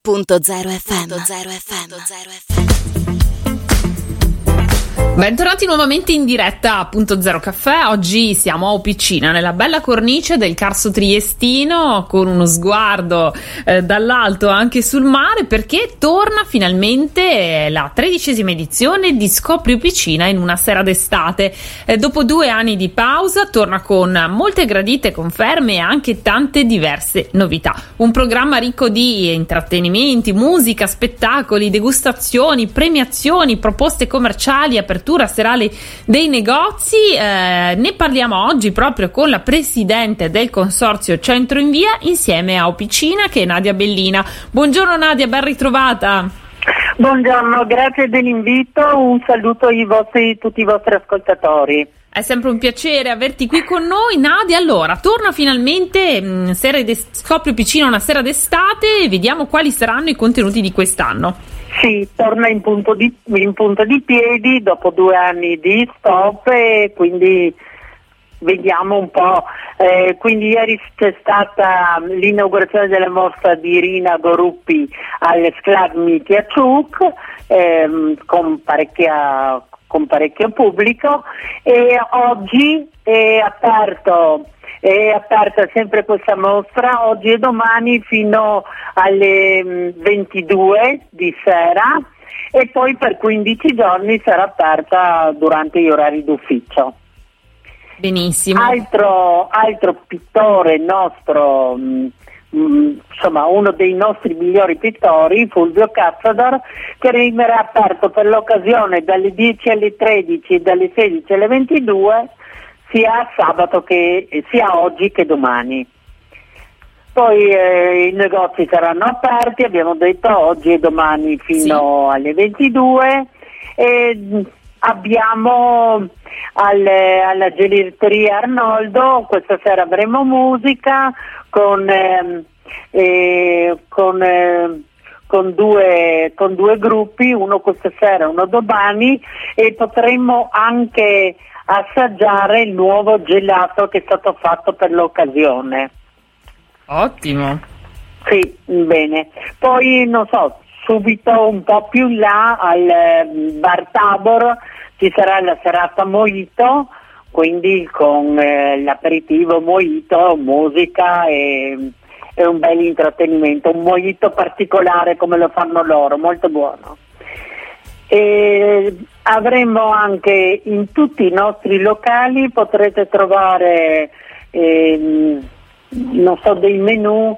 Radio.0 FM. Bentornati nuovamente in diretta a Punto Zero Caffè. Oggi siamo a Opicina, nella bella cornice del Carso Triestino, con uno sguardo dall'alto anche sul mare, perché torna finalmente la 13ª edizione di Scopri Opicina in una sera d'estate. Dopo 2 anni di pausa torna con molte gradite conferme e anche tante diverse novità. Un programma ricco di intrattenimenti, musica, spettacoli, degustazioni, premiazioni, proposte commerciali, apertura serale dei negozi. Ne parliamo oggi proprio con la presidente del consorzio Centro in Via, insieme a Opicina, che è Nadia Bellina. Buongiorno Nadia, ben ritrovata. Buongiorno, grazie dell'invito, un saluto tutti i vostri ascoltatori. È sempre un piacere averti qui con noi, Nadia. Allora, torna finalmente Scopri Opicina una sera d'estate, e vediamo quali saranno i contenuti di quest'anno. Sì, torna in punto di piedi dopo 2 anni di stop, e quindi vediamo un po'. Quindi ieri c'è stata l'inaugurazione della mostra di Irina Goruppi all'Esclav Mitya Chuk, con parecchio pubblico, e oggi è aperta sempre questa mostra, oggi e domani fino alle 22 di sera, e poi per 15 giorni sarà aperta durante gli orari d'ufficio. Benissimo. Altro pittore nostro, insomma uno dei nostri migliori pittori, Fulvio Cazador, che rimarrà aperto per l'occasione dalle 10 alle 13 e dalle 16 alle 22, sia sabato sia oggi che domani. Poi i negozi saranno aperti, abbiamo detto, oggi e domani fino alle 22, e abbiamo alla gelateria Arnoldo questa sera avremo musica con due gruppi, uno questa sera, uno domani, e potremmo anche assaggiare il nuovo gelato che è stato fatto per l'occasione. Ottimo. Sì, bene. Poi non so, subito un po' più in là al Bar Tabor ci sarà la serata Mojito, quindi con l'aperitivo Mojito, musica e un bel intrattenimento, un mojito particolare come lo fanno loro, molto buono. E avremo anche in tutti i nostri locali, potrete trovare dei menù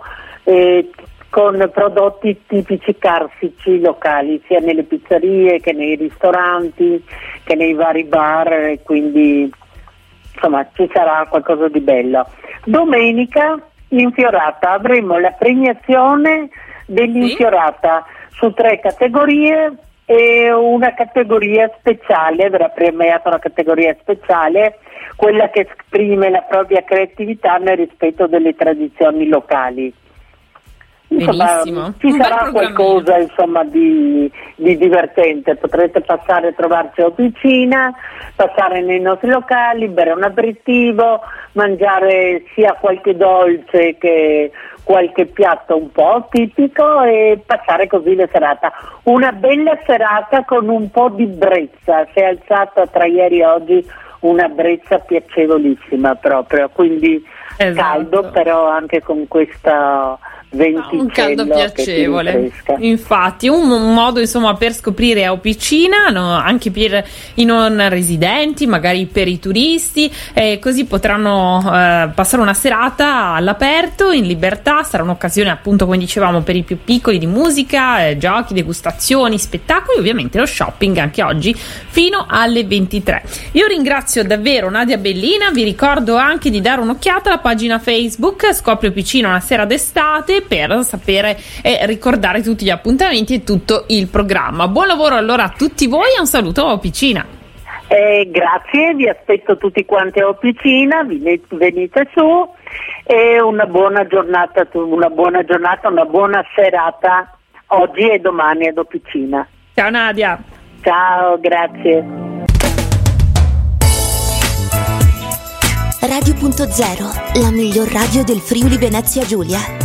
con prodotti tipici carsici locali, sia nelle pizzerie che nei ristoranti che nei vari bar, quindi insomma ci sarà qualcosa di bello. Domenica in Fiorata avremo la premiazione dell'Infiorata su 3 categorie e una categoria speciale, verrà premiata una categoria speciale, quella che esprime la propria creatività nel rispetto delle tradizioni locali. Benissimo. Ci sarà qualcosa di divertente, potrete passare a trovarci a Opicina, passare nei nostri locali, bere un aperitivo, mangiare sia qualche dolce che qualche piatto un po' tipico, e passare così la serata. Una bella serata con un po' di brezza, si è alzata tra ieri e oggi una brezza piacevolissima proprio, quindi caldo, però anche con questa venticello, un caldo piacevole, infatti un modo per scoprire a Opicina, anche per i non residenti, magari per i turisti, così potranno passare una serata all'aperto, in libertà. Sarà un'occasione, appunto, come dicevamo, per i più piccoli, di musica, giochi, degustazioni, spettacoli, ovviamente lo shopping anche oggi fino alle 23. Io ringrazio davvero Nadia Bellina, vi ricordo anche di dare un'occhiata alla pagina Facebook Scopri Opicina una sera d'estate, per sapere e ricordare tutti gli appuntamenti e tutto il programma. Buon lavoro allora a tutti voi, e un saluto a Opicina. Grazie, vi aspetto tutti quanti a Opicina, venite su, e una buona giornata, una buona serata oggi e domani ad Opicina. Ciao Nadia. Ciao, grazie. Radio.0, la miglior radio del Friuli Venezia Giulia.